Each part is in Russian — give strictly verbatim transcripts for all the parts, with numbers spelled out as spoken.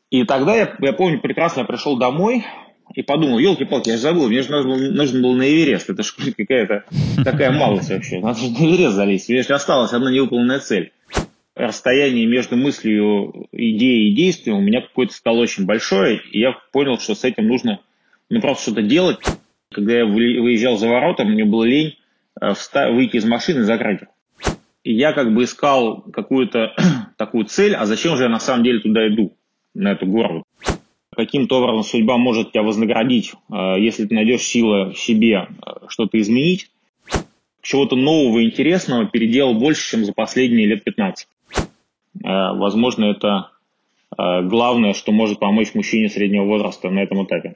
И тогда я, я помню прекрасно, я пришел домой и подумал, елки-палки, я же забыл, мне же нужно, было- нужно было на Эверест. Это же какая-то такая малость вообще. Надо же на Эверест залезть. У меня же осталась одна невыполненная цель. Расстояние между мыслью, идеей и действием у меня какое-то стало очень большое, и я понял, что с этим нужно ну, просто что-то делать. Когда я вы- выезжал за ворота, мне было лень э, вста- выйти из машины и закрыть их. И я как бы искал какую-то такую цель, а зачем же я на самом деле туда иду, на эту гору? Каким-то образом судьба может тебя вознаградить, э, если ты найдешь силы в себе э, что-то изменить. Чего-то нового и интересного переделал больше, чем за последние лет пятнадцать. Э, Возможно, это э, главное, что может помочь мужчине среднего возраста на этом этапе.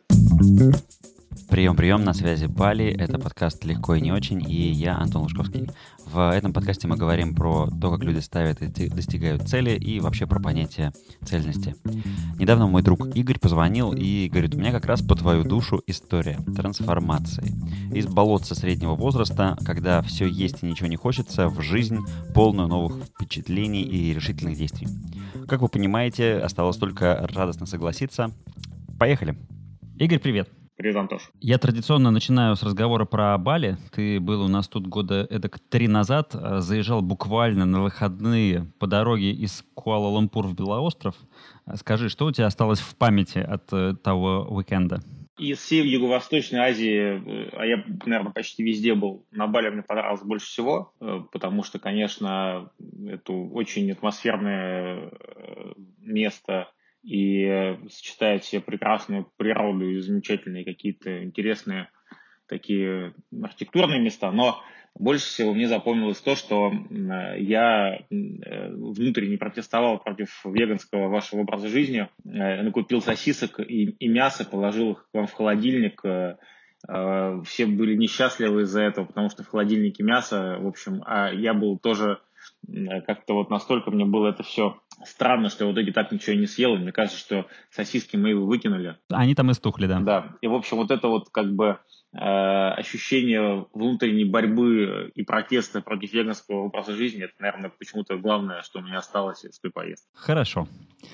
Прием, прием, на связи Бали. Это подкаст «Легко и не очень», и я, Антон Лужковский. В этом подкасте мы говорим про то, как люди ставят и достигают цели, и вообще про понятие цельности. Недавно мой друг Игорь позвонил и говорит, у меня как раз по твою душу история трансформации. Из болотца среднего возраста, когда все есть и ничего не хочется, в жизнь, полную новых впечатлений и решительных действий. Как вы понимаете, осталось только радостно согласиться. Поехали. Игорь, привет. Привет, Антош. Я традиционно начинаю с разговора про Бали. Ты был у нас тут года эдак три назад, а, заезжал буквально на выходные по дороге из Куала-Лумпур в Белоостров. А Скажи, что у тебя осталось в памяти от э, того уикенда? Из всей Юго-Восточной Азии, э, а я, наверное, почти везде был, на Бали мне понравилось больше всего, э, потому что, конечно, это очень атмосферное э, место и э, сочетает в себе прекрасную природу и замечательные какие-то интересные такие архитектурные места, но больше всего мне запомнилось то, что м, э, я м, э, внутренне протестовал против веганского вашего образа жизни. Э, накупил сосисок и, и мясо, положил их к вам в холодильник. Э, э, Все были несчастливы из-за этого, потому что в холодильнике мясо, в общем, а я был тоже м, как-то вот настолько мне было это все странно, что я в итоге так ничего и не съел. И мне кажется, что сосиски мы его выкинули. Они там истухли, да. Да, и в общем вот это вот как бы э, ощущение внутренней борьбы и протеста против веганского образа жизни, это, наверное, почему-то главное, что у меня осталось из той поездки. Хорошо.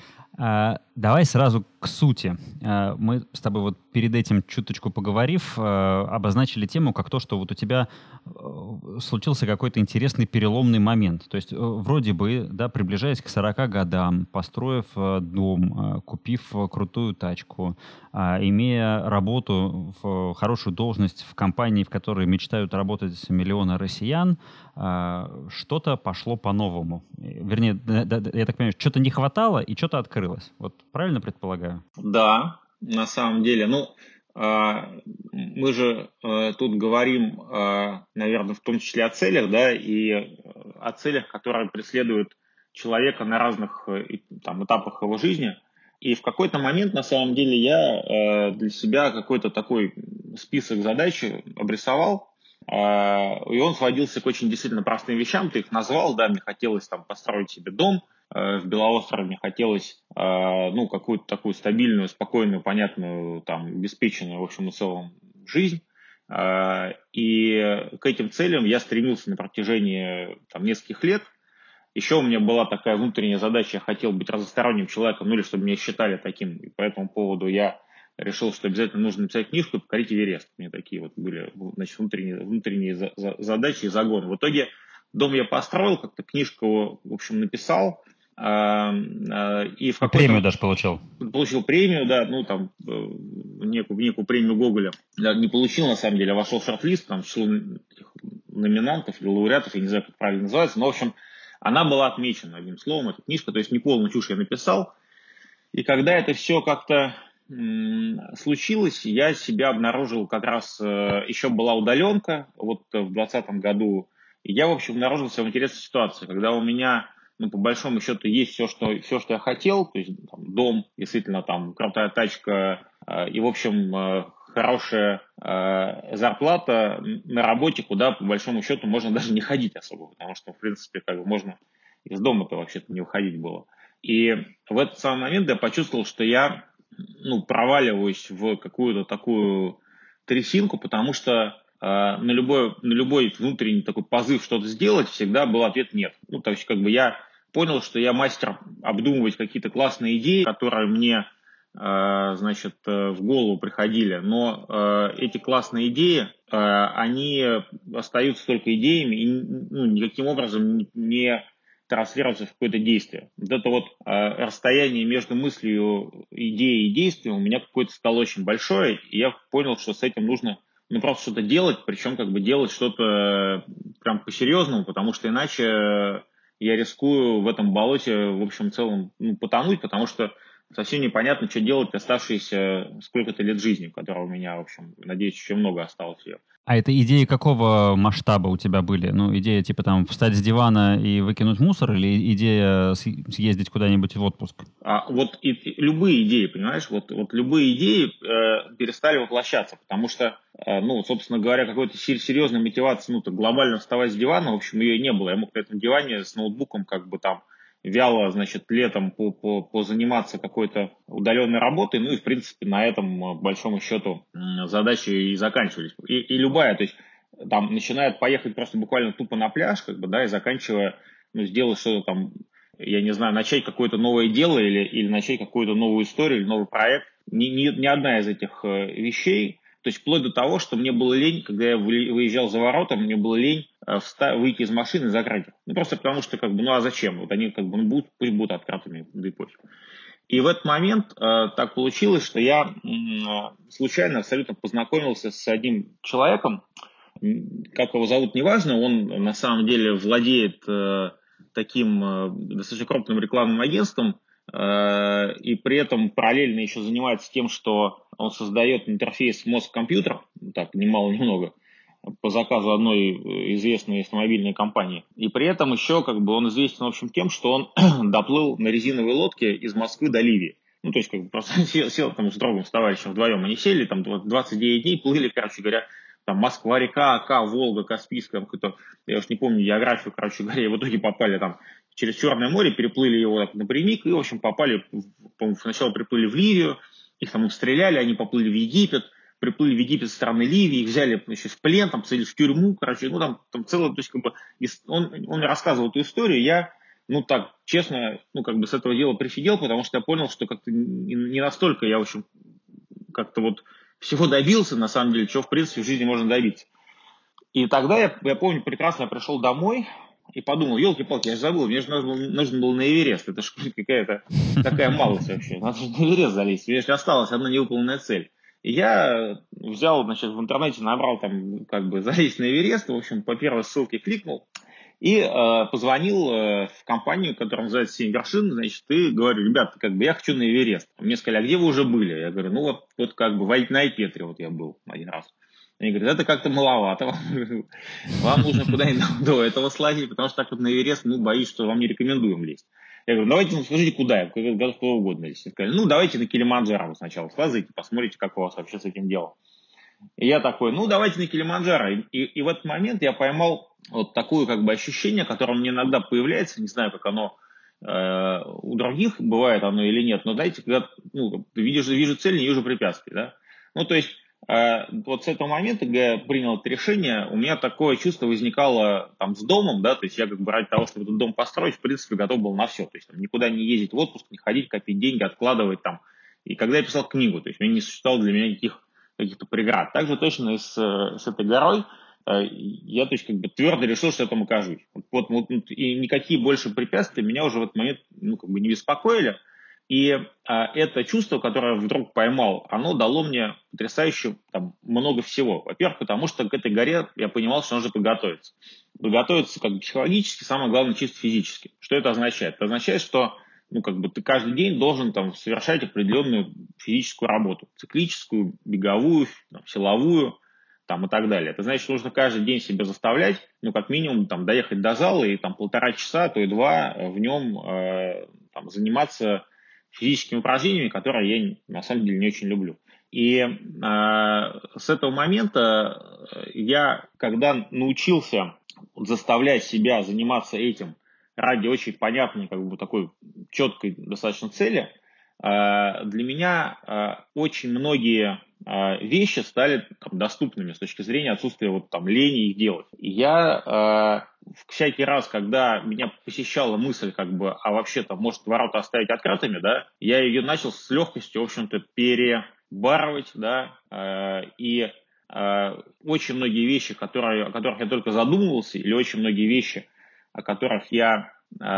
А, давай сразу к сути. А, мы с тобой вот перед этим чуточку поговорив, а, обозначили тему как то, что вот у тебя э, случился какой-то интересный переломный момент. То есть э, вроде бы, да, приближаясь к сорока годам, построив э, дом, э, купив э, крутую тачку, а, имея работу, в хорошую должность в компании, в которой мечтают работать миллионы россиян, а, что-то пошло по-новому. Э, Вернее, да- да- да, я так понимаю, что-то не хватало и что-то открылось. Вот правильно предполагаю? Да, на самом деле, ну, э, мы же э, тут говорим, э, наверное, в том числе о целях, да, и э, о целях, которые преследуют человека на разных э, и- там, этапах его жизни. И в какой-то момент, на самом деле, я э, для себя какой-то такой список задач обрисовал, э, и он сводился к очень действительно простым вещам. Ты их назвал, да, мне хотелось там построить себе дом, э, в Белоострове, мне хотелось э, ну, какую-то такую стабильную, спокойную, понятную, там, обеспеченную, в общем и целом, жизнь. Э, И к этим целям я стремился на протяжении там, нескольких лет. Еще у меня была такая внутренняя задача, я хотел быть разносторонним человеком, ну или чтобы меня считали таким. И по этому поводу я решил, что обязательно нужно написать книжку и покорить Эверест. У меня такие вот были, значит, внутренние, внутренние за- за- задачи и загоны. В итоге дом я построил, как-то книжку, в общем, написал. а, а, И в И премию какой-то даже получил. получил премию, да, ну там э, некую, некую премию Гоголя. Да, не получил, на самом деле, а вошел в шорт-лист, там число этих номинантов или лауреатов, я не знаю, как правильно называется, но, в общем, она была отмечена одним словом, эта книжка, то есть не полную чушь я написал. И когда это все как-то м, случилось, я себя обнаружил как раз, э, еще была удаленка, вот э, в двадцатом году, и я, в общем, обнаружил себя в интересной ситуации, когда у меня, ну, по большому счету, есть все, что, все, что я хотел, то есть там, дом, действительно, там, крутая тачка, э, и, в общем, э, хорошая э, зарплата на работе, куда, по большому счету, можно даже не ходить особо, потому что, в принципе, как бы можно из дома-то вообще-то не уходить было. И в этот самый момент я почувствовал, что я, ну, проваливаюсь в какую-то такую трясинку, потому что э, на, любой, на любой внутренний такой позыв что-то сделать всегда был ответ нет. Ну, то есть как бы я понял, что я мастер обдумывать какие-то классные идеи, которые мне, значит, в голову приходили, но эти классные идеи, они остаются только идеями и ну, никаким образом не транслироваться в какое-то действие. Вот это вот расстояние между мыслью, идеей и действием у меня какое-то стало очень большое, и я понял, что с этим нужно ну, просто что-то делать, причем как бы делать что-то прям по-серьезному, потому что иначе я рискую в этом болоте, в общем, целом, ну, потонуть, потому что совсем непонятно, что делать оставшиеся сколько-то лет жизни, которая у меня, в общем, надеюсь, еще много осталось ее. А это идеи какого масштаба у тебя были? Ну, идея типа там встать с дивана и выкинуть мусор или идея съездить куда-нибудь в отпуск? А вот и, и, любые идеи, понимаешь, вот, вот любые идеи э, перестали воплощаться, потому что, э, ну, собственно говоря, какой-то серьезной мотивации, ну, так глобально вставать с дивана, в общем, ее не было. Я мог на этом диване с ноутбуком как бы там вяло, значит, летом по, по, позаниматься какой-то удаленной работой, ну и, в принципе, на этом, большому счету, задачи и заканчивались. И, и любая, то есть, там, начинает поехать просто буквально тупо на пляж, как бы, да, и заканчивая, ну, сделать что-то там, я не знаю, начать какое-то новое дело или, или начать какую-то новую историю или новый проект. Ни, ни, ни одна из этих вещей, то есть вплоть до того, что мне было лень, когда я выезжал за ворота, мне было лень встать, выйти из машины и закрыть их. Ну, просто потому что, как бы, ну, а зачем? Вот они, как бы, ну, будут, пусть будут открытыми, да и пофиг. И в этот момент э, так получилось, что я э, случайно абсолютно познакомился с одним человеком, как его зовут, неважно, он на самом деле владеет э, таким э, достаточно крупным рекламным агентством, э, и при этом параллельно еще занимается тем, что он создает интерфейс мозг-компьютер, так, ни мало ни много, по заказу одной известной автомобильной компании. И при этом еще как бы он известен, в общем, тем, что он доплыл на резиновой лодке из Москвы до Ливии. Ну, то есть, как бы просто сел, сел там с другом, с товарищем вдвоем, они сели, там двадцать девять дней плыли, короче говоря, там Москва-река, Ока, Волга, Каспийская, какой-то, я уж не помню географию, короче говоря, и в итоге попали там через Черное море, переплыли его так напрямик, и, в общем, попали, по-моему, сначала приплыли в Ливию, их там обстреляли, они поплыли в Египет, приплыли в Египет со стороны Ливии, их взяли, значит, в плен, там, посадили в тюрьму, короче, ну, там, там целое, то есть, как бы, он, он мне рассказывал эту историю, я, ну, так, честно, ну, как бы с этого дела прифигел, потому что я понял, что как-то не, не настолько я, в общем, как-то вот всего добился, на самом деле, чего, в принципе, в жизни можно добиться. И тогда я, я помню прекрасно, я пришел домой и подумал, елки-палки, я же забыл, мне же нужно было, нужно было на Эверест, это же какая-то такая малость вообще, надо же на Эверест залезть, мне же осталась одна невыполненная цель. И я взял, значит, в интернете набрал там, как бы, залезть на Эверест, в общем, по первой ссылке кликнул и э, позвонил э, в компанию, которая называется «Семь вершин», значит, и говорю, ребята, как бы, я хочу на Эверест. Мне сказали, а где вы уже были? Я говорю, ну, вот, вот как бы, в на Айпетре вот я был один раз. Они говорят, это как-то маловато, вам, вам нужно куда-нибудь до этого слазить, потому что так вот на Эверест, ну, боюсь, что вам не рекомендуем лезть. Я говорю, давайте, ну, скажите, куда? Я говорю, куда угодно. Они сказали, ну, давайте на Килиманджаро сначала слазайте, посмотрите, как у вас вообще с этим делом. И я такой, ну, давайте на Килиманджаро. И, и, и в этот момент я поймал вот такое, как бы, ощущение, которое мне иногда появляется, не знаю, как оно э, у других бывает оно или нет, но, знаете, когда, ну, видишь, вижу цель, не вижу препятствий, да. Ну, то есть, э, вот с этого момента, когда я принял это решение, у меня такое чувство возникало там с домом, да, то есть я как бы ради того, чтобы этот дом построить, в принципе, готов был на все. То есть там, никуда не ездить в отпуск, не ходить, копить деньги, откладывать там. И когда я писал книгу, то есть у меня не существовало для меня никаких каких-то преград. Также точно и с, с этой горой я, то есть, как бы твердо решил, что этому окажусь. Вот, вот, и никакие больше препятствия меня уже в этот момент, ну, как бы не беспокоили. И а, это чувство, которое я вдруг поймал, оно дало мне потрясающе там, много всего. Во-первых, потому что к этой горе я понимал, что нужно подготовиться. Подготовиться как бы психологически, самое главное, чисто физически. Что это означает? Это означает, что ну, как бы ты каждый день должен там совершать определенную физическую работу. Циклическую, беговую, там, силовую там, и так далее. Это значит, что нужно каждый день себя заставлять, ну, как минимум, там, доехать до зала и там полтора часа, то и два в нем э, там, заниматься физическими упражнениями, которые я, на самом деле, не очень люблю. И э, с этого момента я, когда научился заставлять себя заниматься этим ради очень понятной, как бы такой четкой достаточно цели, для меня очень многие вещи стали там, доступными с точки зрения отсутствия вот, там, лени их делать. И я всякий раз, когда меня посещала мысль, как бы, а вообще-то, может, ворота оставить открытыми, да, я ее начал с легкостью, в общем-то, перебарывать, да, э, и э, очень многие вещи, которые, о которых я только задумывался, или очень многие вещи, о которых я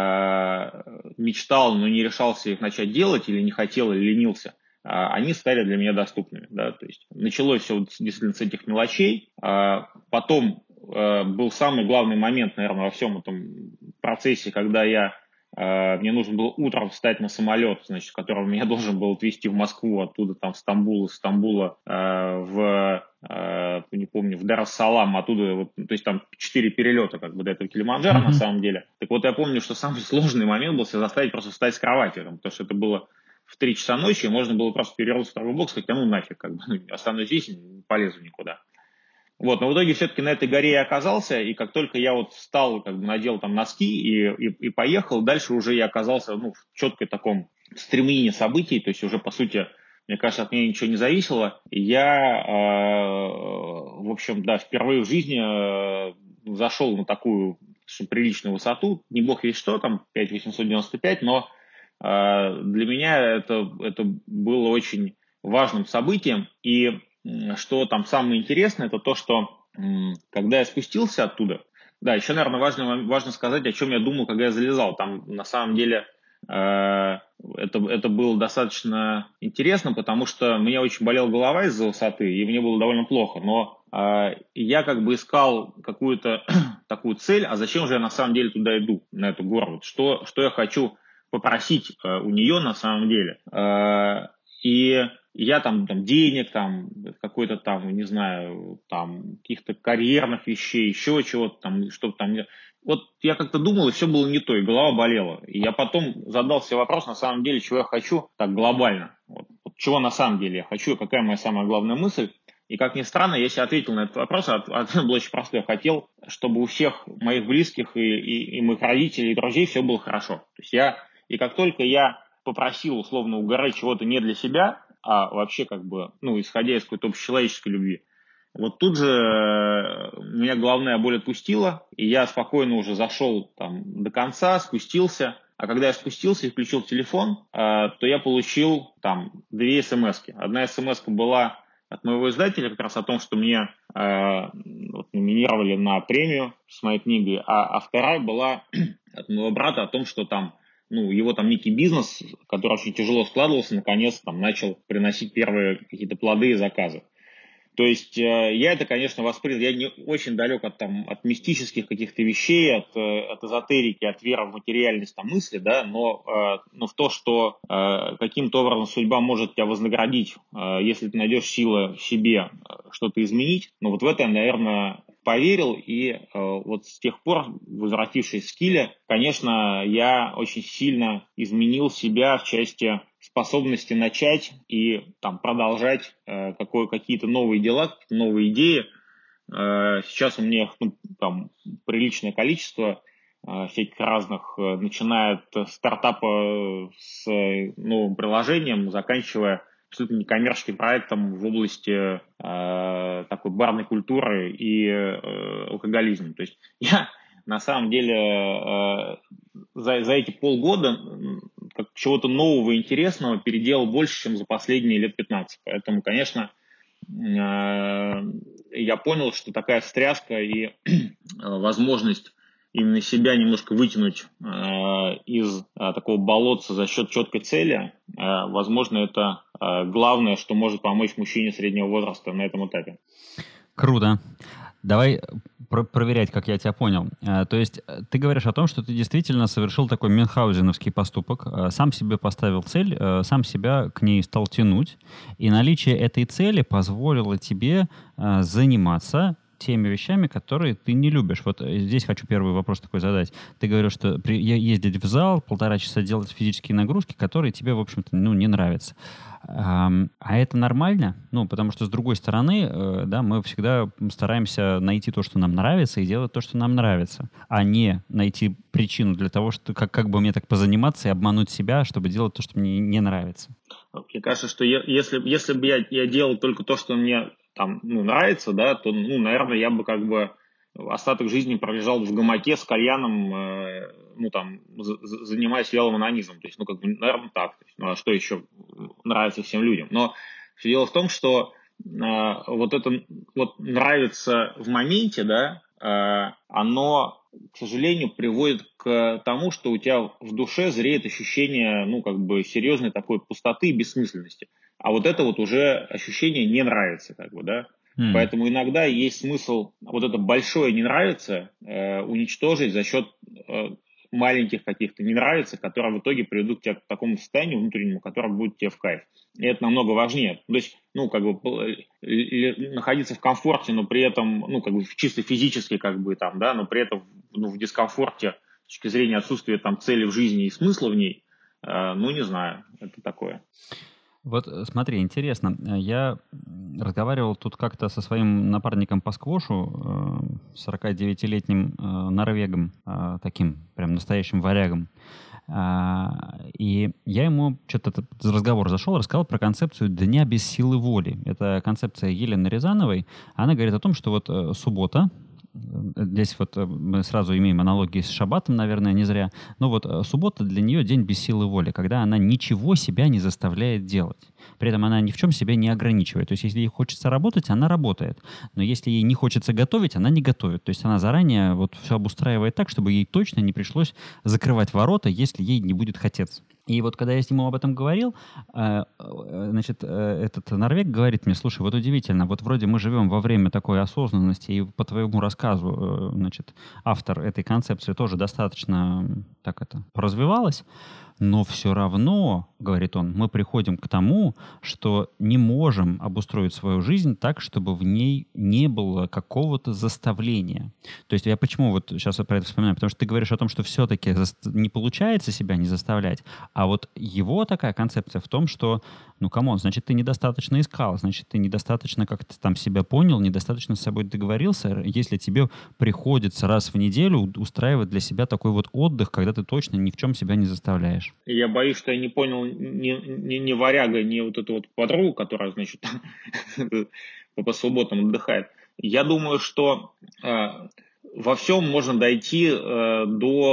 э, мечтал, но не решался их начать делать, или не хотел, или ленился, они стали для меня доступными. Да? То есть началось все вот действительно с этих мелочей. Потом был самый главный момент, наверное, во всем этом процессе, когда я, мне нужно было утром встать на самолет, значит, который меня должен был отвезти в Москву, оттуда там в Стамбул, из Стамбула в, не помню, в Дар-ас-Салам, оттуда, вот, то есть там четыре перелета как бы до этого Килиманджаро mm-hmm. на самом деле. Так вот я помню, что самый сложный момент был себя заставить просто встать с кровати, там, потому что это было в три часа ночи, можно было просто перевернуться в торговый бокс, сказать, а ну нафиг, как бы, останусь здесь, не полезу никуда. Вот, но в итоге все-таки на этой горе я оказался, и как только я вот встал, как бы надел там носки и, и, и поехал, дальше уже я оказался, ну, в четком таком стремлении событий, то есть уже, по сути, мне кажется, от меня ничего не зависело. И я, э, в общем, да, впервые в жизни э, зашел на такую приличную высоту, не бог весь что, там, пять тысяч восемьсот девяносто пять, но для меня это, это было очень важным событием, и что там самое интересное, это то, что когда я спустился оттуда, да, еще, наверное, важно, важно сказать, о чем я думал, когда я залезал. Там, на самом деле, это, это было достаточно интересно, потому что мне очень болела голова из-за высоты, и мне было довольно плохо, но я как бы искал какую-то такую цель, а зачем же я на самом деле туда иду, на эту гору, что, что я хочу попросить э, у нее на самом деле. Э, и я там, там денег, там какой-то там, не знаю, там каких-то карьерных вещей, еще чего-то там, чтобы там... Вот я как-то думал, и все было не то, и голова болела. И я потом задал себе вопрос, на самом деле, чего я хочу так глобально. Вот, вот чего на самом деле я хочу, и какая моя самая главная мысль. И, как ни странно, я себе ответил на этот вопрос, ответ был очень простой. Я хотел, чтобы у всех моих близких и, и, и моих родителей, и друзей все было хорошо. То есть я... И как только я попросил, условно, у горы чего-то не для себя, а вообще как бы, ну, исходя из какой-то общечеловеческой любви, вот тут же меня головная боль отпустила, и я спокойно уже зашел там до конца, спустился. А когда я спустился и включил телефон, то я получил там две смски. Одна смска была от моего издателя как раз о том, что мне э, вот, номинировали на премию с моей книгой, а, а вторая была от моего брата о том, что там ну, его там некий бизнес, который очень тяжело складывался, наконец там начал приносить первые какие-то плоды и заказы. То есть э, я это, конечно, воспринял, я не очень далек от, там, от мистических каких-то вещей, от, от эзотерики, от веры в материальность там, мысли, да, но, э, но в то, что э, каким-то образом судьба может тебя вознаградить, э, если ты найдешь силы в себе что-то изменить, ну вот в это я, наверное, поверил, и э, вот с тех пор, возвратившись в Киле, конечно, я очень сильно изменил себя в части способности начать и там продолжать э, какое, какие-то новые дела, какие-то новые идеи. Э, сейчас у меня их ну, там приличное количество э, всяких разных, э, начиная от стартапа с новым приложением, заканчивая абсолютно некоммерческим проектом в области э, такой барной культуры и э, алкоголизма. То есть я на самом деле э, за, за эти полгода как чего-то нового и интересного переделал больше, чем за последние лет пятнадцать. Поэтому, конечно, э, я понял, что такая встряска и э, возможность именно себя немножко вытянуть э, из э, такого болотца за счет четкой цели, э, возможно, это э, главное, что может помочь мужчине среднего возраста на этом этапе. Круто. Давай про- проверять, как я тебя понял. А, то есть ты говоришь о том, что ты действительно совершил такой мюнхгаузеновский поступок, а, сам себе поставил цель, а, сам себя к ней стал тянуть, и наличие этой цели позволило тебе а, заниматься теми вещами, которые ты не любишь. Вот здесь хочу первый вопрос такой задать. Ты говорил, что при, ездить в зал, полтора часа делать физические нагрузки, которые тебе, в общем-то, ну, не нравятся. А, а это нормально? Ну, потому что, с другой стороны, э, да, мы всегда стараемся найти то, что нам нравится, и делать то, что нам нравится, а не найти причину для того, что как, как бы мне так позаниматься и обмануть себя, чтобы делать то, что мне не нравится. Мне кажется, что я, если, если бы я, я делал только то, что мне там, ну, нравится, да, то, ну, наверное, я бы как бы остаток жизни пролежал в гамаке с кальяном, э, ну, там, за, занимаясь вялым анонизмом. То есть, ну, как бы, наверное, так. То есть, ну, а что еще нравится всем людям? Но все дело в том, что э, вот это вот нравится в моменте, да, э, оно, к сожалению, приводит к тому, что у тебя в душе зреет ощущение, ну, как бы, серьезной такой пустоты и бессмысленности. А вот это вот уже ощущение не нравится, как бы, да. Mm. Поэтому иногда есть смысл вот это большое не нравится э, уничтожить за счет э, маленьких каких-то не нравится, которые в итоге приведут тебя к такому состоянию внутреннему, которое будет тебе в кайф. И это намного важнее. То есть, ну, как бы находиться в комфорте, но при этом, ну, как бы чисто физически, как бы там, да, но при этом ну, в дискомфорте с точки зрения отсутствия там цели в жизни и смысла в ней, э, ну, не знаю, это такое. Вот смотри, интересно, я разговаривал тут как-то со своим напарником по сквошу, сорокадевятилетним норвегом, таким прям настоящим варягом. И я ему что-то за разговор зашел, рассказал про концепцию «Дня без силы воли». Это концепция Елены Рязановой. Она говорит о том, что вот суббота, здесь вот мы сразу имеем аналогии с шаббатом, наверное, не зря. Но вот суббота для нее день без силы воли, когда она ничего себя не заставляет делать. При этом она ни в чем себя не ограничивает. То есть если ей хочется работать, она работает. Но если ей не хочется готовить, она не готовит. То есть она заранее вот все обустраивает так, чтобы ей точно не пришлось закрывать ворота, если ей не будет хотеться. И вот когда я с ним об этом говорил, значит, этот норвег говорит мне: слушай, вот удивительно, вот вроде мы живем во время такой осознанности, и по твоему рассказу, значит, автор этой концепции тоже достаточно так это развивалась, но все равно, говорит он, мы приходим к тому, что не можем обустроить свою жизнь так, чтобы в ней не было какого-то заставления. То есть я почему вот сейчас про это вспоминаю? Потому что ты говоришь о том, что все-таки не получается себя не заставлять, а вот его такая концепция в том, что, ну, камон, значит, ты недостаточно искал, значит, ты недостаточно как-то там себя понял, недостаточно с собой договорился, если тебе приходится раз в неделю устраивать для себя такой вот отдых, когда ты точно ни в чем себя не заставляешь. Я боюсь, что я не понял ни, ни, ни варяга, ни вот эту вот подругу, которая, значит, по субботам отдыхает. Я думаю, что э, во всем можно дойти э,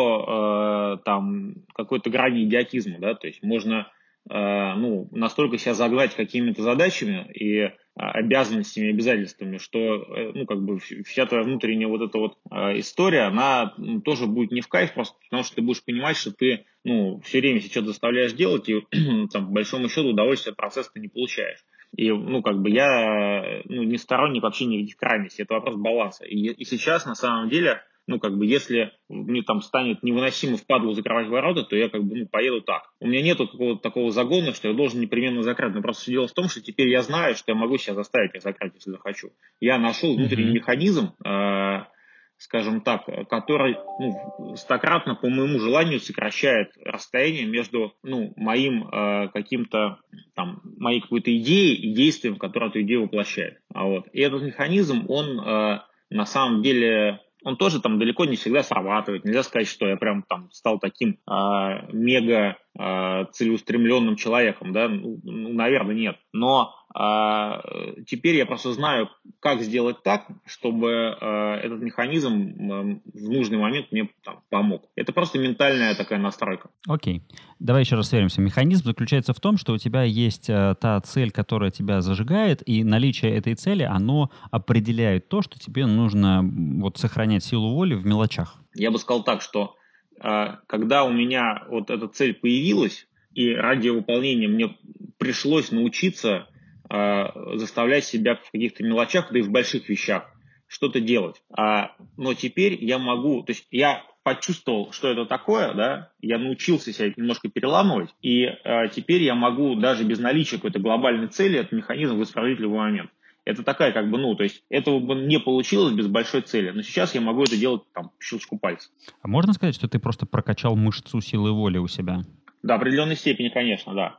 до э, там какой-то грани идиотизма, да, то есть можно э, ну, настолько себя загнать какими-то задачами и обязанностями, обязательствами, что, ну, как бы вся твоя внутренняя вот эта вот э, история, она ну, тоже будет не в кайф, просто потому что ты будешь понимать, что ты, ну, все время себя что-то заставляешь делать, и, там, по большому счету, удовольствия от процесса ты не получаешь. И, ну, как бы я, ну, не сторонник вообще никаких крайностей, это вопрос баланса. И, и сейчас, на самом деле, ну, как бы, если мне там станет невыносимо впадлу закрывать ворота, то я как бы, ну, поеду так. У меня нету какого-то такого загона, что я должен непременно закрыть. Но просто все дело в том, что теперь я знаю, что я могу себя заставить их закрыть, если захочу. Я нашел внутренний mm-hmm. механизм, э, скажем так, который, ну, стократно по моему желанию сокращает расстояние между, ну, моим э, каким-то, там, моей какой-то идеей и действием, которое эту идею воплощает. А вот. И этот механизм, он э, на самом деле... Он тоже там далеко не всегда срабатывает. Нельзя сказать, что я прям там стал таким э, мега э, целеустремленным человеком, да, ну, ну, наверное, нет. Но э, теперь я просто знаю, как сделать так, чтобы э, этот механизм э, в нужный момент мне там помог. Это просто ментальная такая настройка. Окей. Давай еще раз сверимся. Механизм заключается в том, что у тебя есть э, та цель, которая тебя зажигает, и наличие этой цели, оно определяет то, что тебе нужно вот сохранять силу воли в мелочах. Я бы сказал так, что э, когда у меня вот эта цель появилась, и ради ее выполнения мне пришлось научиться э, заставлять себя в каких-то мелочах, да и в больших вещах что-то делать. А, но теперь я могу, то есть я почувствовал, что это такое, да, я научился себя немножко переламывать, и э, теперь я могу даже без наличия какой-то глобальной цели этот механизм воспроизводить в любой момент. Это такая как бы, ну, то есть этого бы не получилось без большой цели, но сейчас я могу это делать там по щелчку пальца. А можно сказать, что ты просто прокачал мышцу силы воли у себя? Да, в определенной степени, конечно, да.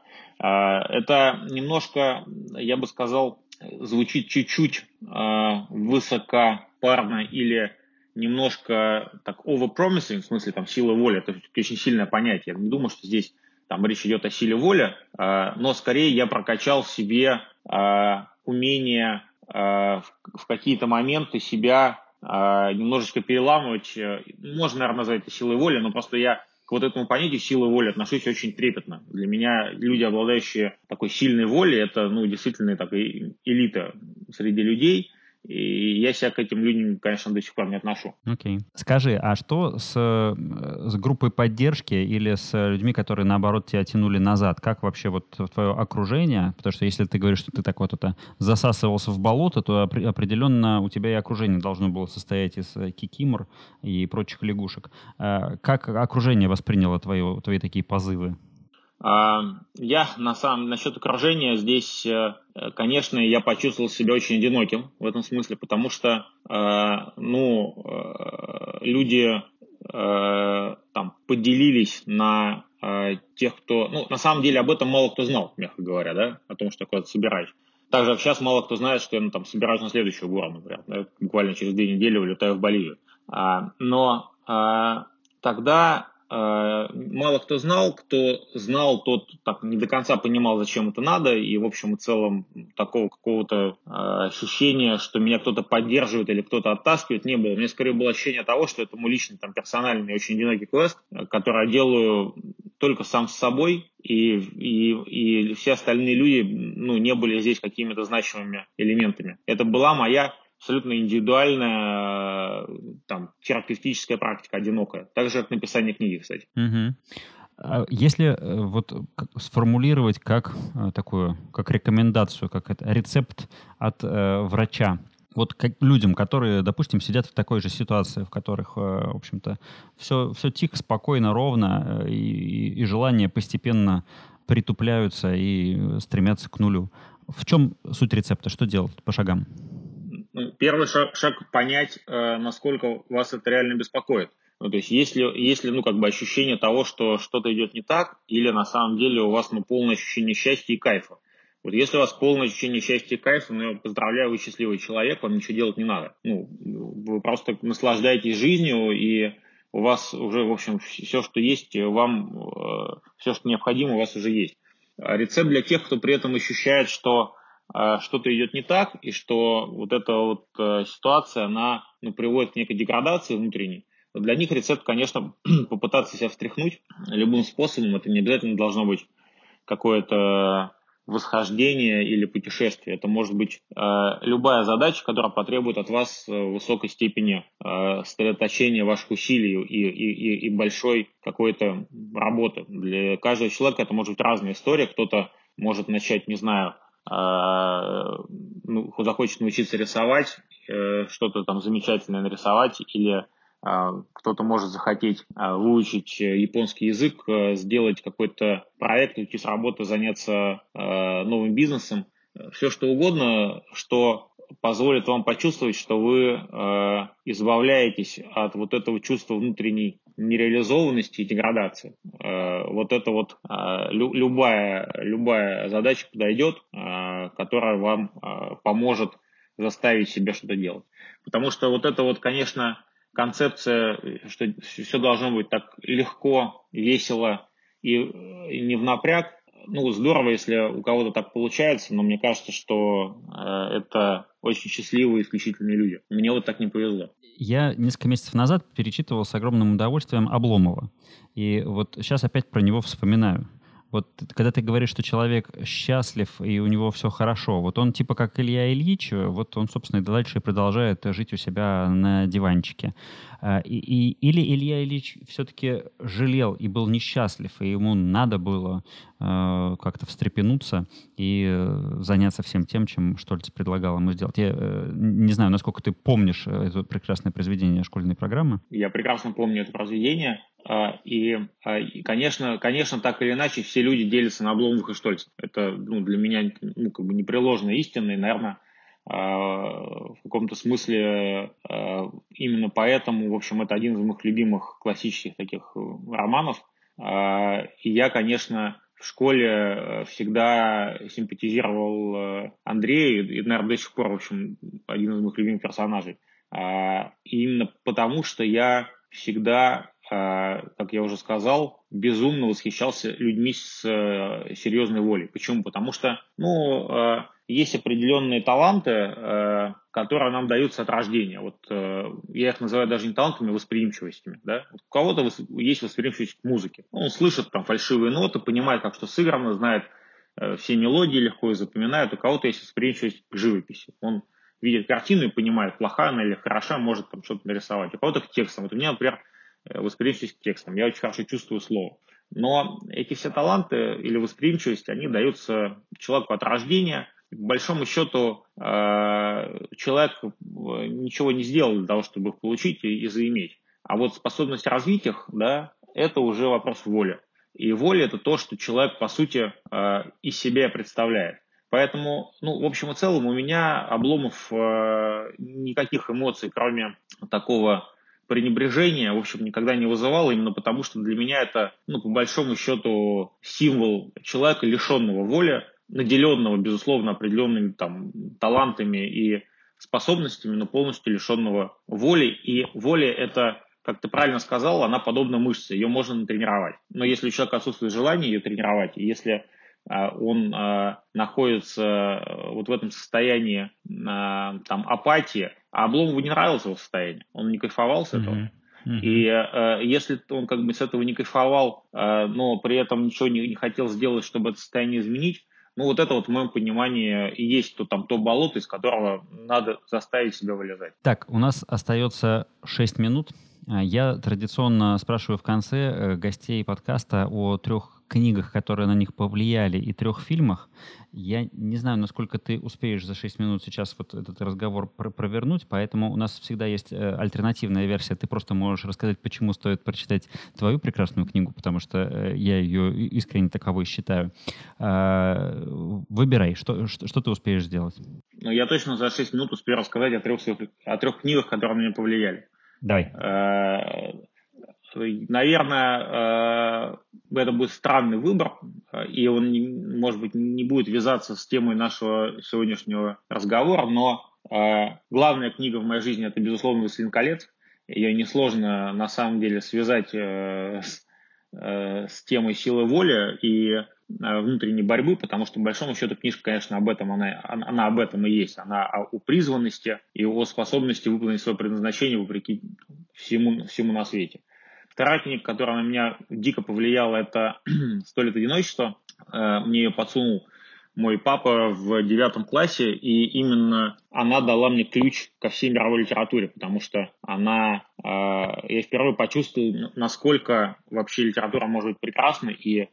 Это немножко, я бы сказал, звучит чуть-чуть высокопарно или немножко так overpromising, в смысле там сила воли, это очень сильное понятие. Я не думаю, что здесь там речь идет о силе воли, но скорее я прокачал в себе умение в какие-то моменты себя немножечко переламывать. Можно, наверное, назвать это силой воли, но просто я к вот этому понятию силы воли отношусь очень трепетно. Для меня люди, обладающие такой сильной волей, это, ну, действительно такая элита среди людей. И я себя к этим людям, конечно, до сих пор не отношу. Окей. Okay. Скажи, а что с, с группой поддержки или с людьми, которые, наоборот, тебя тянули назад? Как вообще вот твое окружение? Потому что если ты говоришь, что ты так вот это засасывался в болото, то определенно у тебя и окружение должно было состоять из кикимор и прочих лягушек. Как окружение восприняло твои, твои такие позывы? Я, на самом, насчет окружения, здесь, конечно, я почувствовал себя очень одиноким в этом смысле, потому что, ну, люди там поделились на тех, кто, ну, на самом деле об этом мало кто знал, мягко говоря, да, о том, что я куда-то собираюсь. Также сейчас мало кто знает, что я, ну, там собираюсь на следующую гору, например, да, буквально через две недели улетаю в Боливию. Но тогда мало кто знал, кто знал, тот так не до конца понимал, зачем это надо, и в общем и целом такого какого-то э, ощущения, что меня кто-то поддерживает или кто-то оттаскивает, не было. У меня скорее было ощущение того, что это мой личный, там, персональный, очень одинокий квест, который я делаю только сам с собой, и, и, и все остальные люди, ну, не были здесь какими-то значимыми элементами. Это была моя абсолютно индивидуальная, там, терапевтическая практика, одинокая. Так же, как написание книги, кстати. Угу. Если вот сформулировать как такую, как рекомендацию, как это, рецепт от э, врача, вот как людям, которые, допустим, сидят в такой же ситуации, в которых, в общем-то, все, все тихо, спокойно, ровно, и, и желания постепенно притупляются и стремятся к нулю. В чем суть рецепта? Что делать по шагам? Ну, первый шаг, шаг понять, э, насколько вас это реально беспокоит. Ну, то есть, если, если, ну, как бы ощущение того, что что-то идет не так, или на самом деле у вас, ну, полное ощущение счастья и кайфа. Вот если у вас полное ощущение счастья и кайфа, ну, я поздравляю, вы счастливый человек, вам ничего делать не надо. Ну, вы просто наслаждаетесь жизнью, и у вас уже, в общем, все, что есть, вам, э, все, что необходимо, у вас уже есть. Рецепт для тех, кто при этом ощущает, что что-то идет не так, и что вот эта вот э, ситуация, она, ну, приводит к некой деградации внутренней. Но для них рецепт, конечно, попытаться себя встряхнуть любым способом. Это не обязательно должно быть какое-то восхождение или путешествие. Это может быть э, любая задача, которая потребует от вас высокой степени э, сосредоточения ваших усилий и, и, и большой какой-то работы. Для каждого человека это может быть разная история. Кто-то может начать, не знаю, ну, захочет научиться рисовать, что-то там замечательное нарисовать, или кто-то может захотеть выучить японский язык, сделать какой-то проект, уйти с работы, заняться новым бизнесом, все что угодно, что позволит вам почувствовать, что вы избавляетесь от вот этого чувства внутренней нереализованности и деградации. Вот это вот любая, любая задача подойдет, которая вам поможет заставить себя что-то делать. Потому что вот это вот, конечно, концепция, что все должно быть так легко, весело и не в напряг. Ну, здорово, если у кого-то так получается, но мне кажется, что э, это очень счастливые и исключительные люди. Мне вот так не повезло. Я несколько месяцев назад перечитывал с огромным удовольствием Обломова. И вот сейчас опять про него вспоминаю. Вот когда ты говоришь, что человек счастлив и у него все хорошо, вот он типа как Илья Ильич, вот он, собственно, и дальше продолжает жить у себя на диванчике. И, и, или Илья Ильич все-таки жалел и был несчастлив, и ему надо было э, как-то встрепенуться и э, заняться всем тем, чем Штольц предлагал ему сделать. Я э, не знаю, насколько ты помнишь это прекрасное произведение школьной программы. Я прекрасно помню это произведение. И, и конечно, конечно, так или иначе, все люди делятся на Обломовых и Штольцев. Это, ну, для меня, ну, как бы непреложная истина, и, наверное, в каком-то смысле именно поэтому, в общем, это один из моих любимых классических таких романов. И я, конечно, в школе всегда симпатизировал Андрею, и, наверное, до сих пор, в общем, один из моих любимых персонажей. И именно потому, что я всегда как я уже сказал, безумно восхищался людьми с серьезной волей. Почему? Потому что, ну, есть определенные таланты, которые нам даются от рождения. Вот я их называю даже не талантами, а восприимчивостями. Да? Вот у кого-то есть восприимчивость к музыке. Он слышит там фальшивые ноты, понимает, как что сыграно, знает все мелодии, легко их запоминает. У кого-то есть восприимчивость к живописи. Он видит картину и понимает, плохая она или хороша, может там что-то нарисовать. У кого-то к текстам. Вот у меня, например, восприимчивость к текстам. Я очень хорошо чувствую слово. Но эти все таланты или восприимчивость, они даются человеку от рождения. По большому счету, человек ничего не сделал для того, чтобы их получить и заиметь. А вот способность развить их, да, это уже вопрос воли. И воля – это то, что человек, по сути, из себя представляет. Поэтому, ну, в общем и целом, у меня, Обломов, никаких эмоций, кроме такого пренебрежения, в общем, никогда не вызывал, именно потому, что для меня это, ну, по большому счету, символ человека, лишенного воли, наделенного, безусловно, определенными там талантами и способностями, но полностью лишенного воли. И воля – это, как ты правильно сказал, она подобна мышце, ее можно натренировать. Но если у человека отсутствует желание ее тренировать, и если он а, находится вот в этом состоянии а, там, апатии, а Обломову не нравилось его состояние, он не кайфовал с этого. Mm-hmm. Mm-hmm. И а, если он как бы с этого не кайфовал, а, но при этом ничего не, не хотел сделать, чтобы это состояние изменить, ну вот это вот в моем понимании и есть то, там, то болото, из которого надо заставить себя вылезать. Так, у нас остается шесть минут. Я традиционно спрашиваю в конце гостей подкаста о трех книгах, которые на них повлияли, и трех фильмах. Я не знаю, насколько ты успеешь за шесть минут сейчас вот этот разговор провернуть, поэтому у нас всегда есть альтернативная версия. Ты просто можешь рассказать, почему стоит прочитать твою прекрасную книгу, потому что я ее искренне таковой считаю. Выбирай, что, что, что ты успеешь сделать. Ну, я точно за шесть минут успею рассказать о трех, о трех книгах, которые на меня повлияли. Давай. Наверное, это будет странный выбор, и он, может быть, не будет вязаться с темой нашего сегодняшнего разговора, но главная книга в моей жизни – это, безусловно, «Властелин колец». Ее несложно, на самом деле, связать с, с темой силы воли и внутренней борьбы, потому что, по большому счету, книжка, конечно, об этом, она, она об этом и есть. Она о призванности и о способности выполнить свое предназначение вопреки всему, всему на свете. Вторая книга, которая на меня дико повлияла, это «Сто лет одиночества». Мне ее подсунул мой папа в девятом классе, и именно она дала мне ключ ко всей мировой литературе, потому что она, я впервые почувствовал, насколько вообще литература может быть прекрасной, и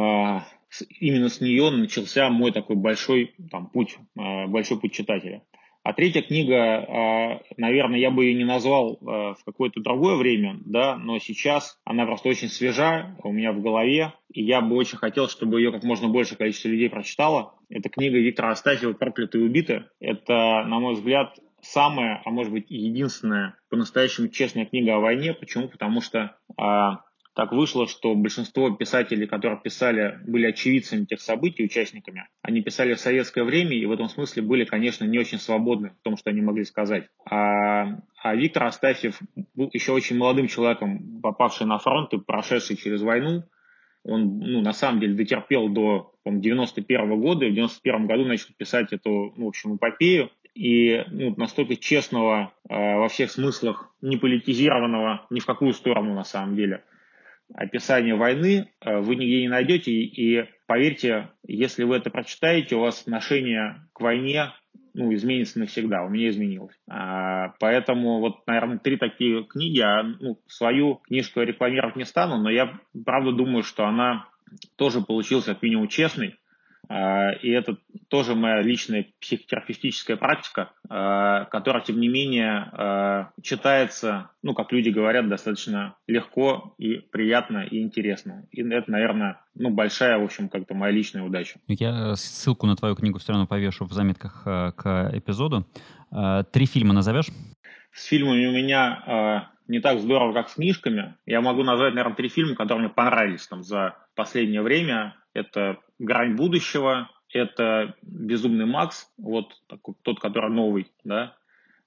именно с нее начался мой такой большой там, путь, большой путь читателя. А третья книга, наверное, я бы ее не назвал в какое-то другое время, да, но сейчас она просто очень свежа у меня в голове, и я бы очень хотел, чтобы ее как можно большее количество людей прочитало. Это книга Виктора Астафьева «Проклятые и убиты». Это, на мой взгляд, самая, а может быть, единственная по-настоящему честная книга о войне. Почему? Потому что так вышло, что большинство писателей, которые писали, были очевидцами тех событий, участниками. Они писали в советское время и в этом смысле были, конечно, не очень свободны в том, что они могли сказать. А, а Виктор Астафьев был еще очень молодым человеком, попавший на фронт и прошедший через войну. Он, ну, на самом деле, дотерпел до девяносто первого года, и в девяносто первом году начал писать эту, ну, в общем, эпопею. И ну, настолько честного, э, во всех смыслах, не политизированного ни в какую сторону, на самом деле, описание войны вы нигде не найдете, и поверьте, если вы это прочитаете, у вас отношение к войне ну, изменится навсегда, у меня изменилось. А, поэтому вот, наверное, три такие книги, а, ну, свою книжку я рекламировать не стану, но я правда думаю, что она тоже получилась как минимум честной, а, и это тоже моя личная психотерапевтическая практика, а, которая, тем не менее, а, читается, ну, как люди говорят, достаточно легко и приятно и интересно. И это, наверное, ну, большая, в общем, как-то моя личная удача. Я ссылку на твою книгу все равно повешу в заметках к эпизоду. Три фильма назовешь? С фильмами у меня не так здорово, как с книжками. Я могу назвать, наверное, три фильма, которые мне понравились там за последнее время. Это «Грань будущего», это «Безумный Макс», вот такой, тот, который новый, да,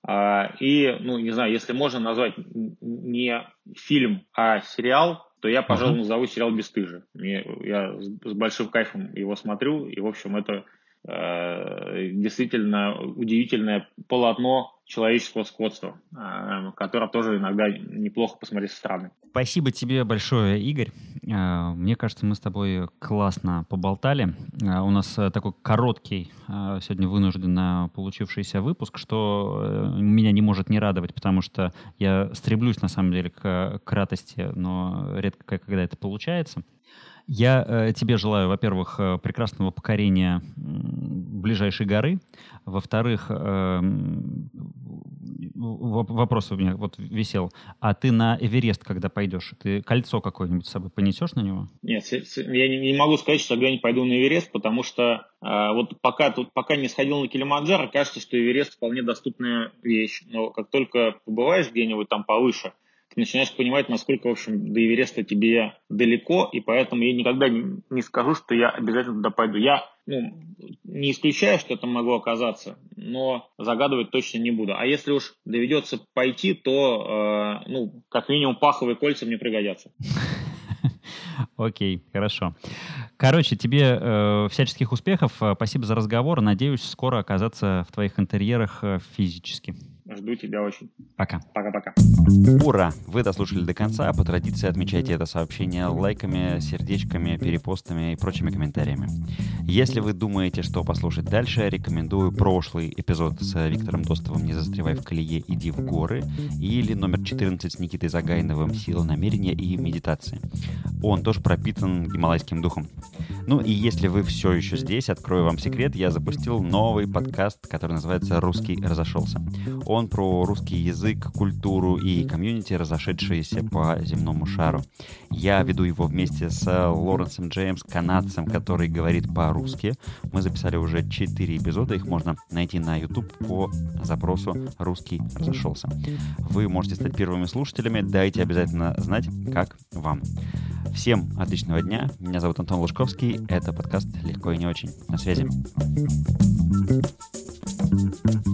И, ну, не знаю, если можно назвать не фильм, а сериал, то я, пожалуй, uh-huh. назову сериал «Бесстыжие». Я с большим кайфом его смотрю, и, в общем, это э, действительно удивительное полотно человеческого сходства, э, которое тоже иногда неплохо посмотреть со стороны. Спасибо тебе большое, Игорь. Мне кажется, мы с тобой классно поболтали. У нас такой короткий, сегодня вынужденно получившийся выпуск, что меня не может не радовать, потому что я стремлюсь, на самом деле, к кратости, но редко когда это получается. Я э, тебе желаю, во-первых, прекрасного покорения ближайшей горы. Во-вторых, э, вопрос у меня вот висел. А ты на Эверест, когда пойдешь, ты кольцо какое-нибудь с собой понесешь на него? Нет, я не, не могу сказать, что я не пойду на Эверест, потому что э, вот пока, тут, пока не сходил на Килиманджаро, кажется, что Эверест вполне доступная вещь. Но как только побываешь где-нибудь там повыше, ты начинаешь понимать, насколько, в общем, до Эвереста тебе далеко, и поэтому я никогда не, не скажу, что я обязательно туда пойду. Я ну, не исключаю, что это могло оказаться, но загадывать точно не буду. А если уж доведется пойти, то, э, ну, как минимум, паховые кольца мне пригодятся. Окей, хорошо. Короче, тебе э, всяческих успехов. Спасибо за разговор. Надеюсь, скоро оказаться в твоих интерьерах э, физически. Жду тебя очень. Пока. Пока-пока. Ура! Вы дослушали до конца. По традиции отмечайте это сообщение лайками, сердечками, перепостами и прочими комментариями. Если вы думаете, что послушать дальше, рекомендую прошлый эпизод с Виктором Достовым «Не застревай в колее, иди в горы» или номер четырнадцать с Никитой Загайновым «Сила намерения и медитации». Он тоже пропитан гималайским духом. Ну и если вы все еще здесь, открою вам секрет, я запустил новый подкаст, который называется «Русский разошелся». Он про русский язык, культуру и комьюнити, разошедшиеся по земному шару. Я веду его вместе с Лоренсом Джеймс, канадцем, который говорит по-русски. Мы записали уже четыре эпизода, их можно найти на YouTube по запросу «Русский разошелся». Вы можете стать первыми слушателями, дайте обязательно знать, как вам. Всем отличного дня. Меня зовут Антон Лужковский. Это подкаст «Легко и не очень». На связи.